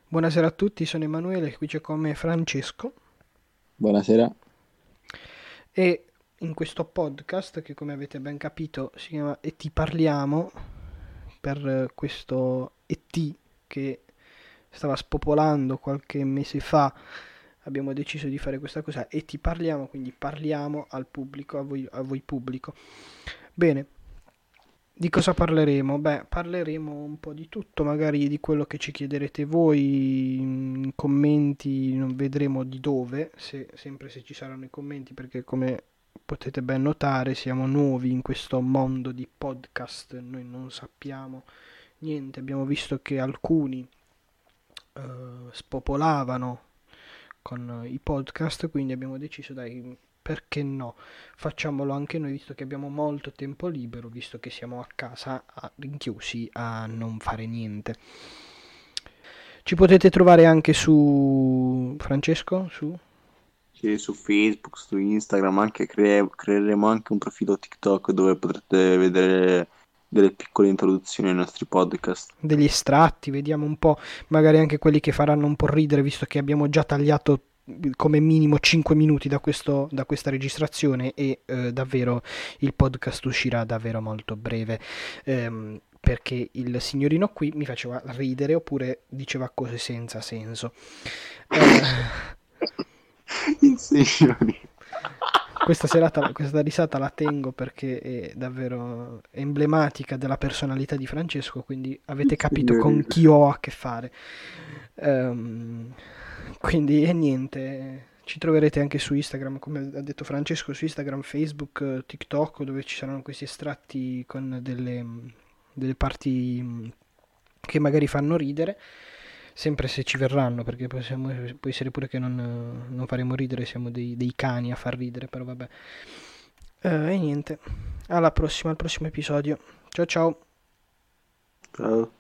Buonasera a tutti, sono Emanuele, qui c'è con me Francesco Buonasera. e in questo podcast che come avete ben capito si chiama E ti parliamo per questo ET che stava spopolando qualche mese fa. Abbiamo deciso di fare questa cosa e ti parliamo, quindi parliamo al pubblico, a voi pubblico. Bene, di cosa parleremo? Beh, parleremo un po' di tutto, magari di quello che ci chiederete voi in commenti, non vedremo di dove, sempre se ci saranno i commenti, perché come potete ben notare siamo nuovi in questo mondo di podcast, noi non sappiamo niente, abbiamo visto che alcuni spopolavano con i podcast, quindi abbiamo deciso, dai, perché no? Facciamolo anche noi, visto che abbiamo molto tempo libero, visto che siamo a casa rinchiusi a non fare niente. Ci potete trovare anche su Francesco, su Sì, su Facebook, su Instagram, anche creeremo anche un profilo TikTok dove potrete vedere delle piccole introduzioni ai nostri podcast. degli estratti, vediamo un po', magari anche quelli che faranno un po' ridere, visto che abbiamo già tagliato come minimo 5 minuti da questa registrazione e davvero il podcast uscirà davvero molto breve. Perché il signorino qui mi faceva ridere oppure diceva cose senza senso. Eh, Insinuati. questa risata la tengo perché è davvero emblematica della personalità di Francesco, quindi avete capito con Signorina. chi ho a che fare. Ehm, quindi e niente, ci troverete anche su Instagram, come ha detto Francesco, su Instagram, Facebook, TikTok, dove ci saranno questi estratti con delle parti che magari fanno ridere, sempre se ci verranno, perché può essere pure che non faremo ridere, siamo dei cani a far ridere, però vabbè. E niente, alla prossima, al prossimo episodio. Ciao ciao. Ciao.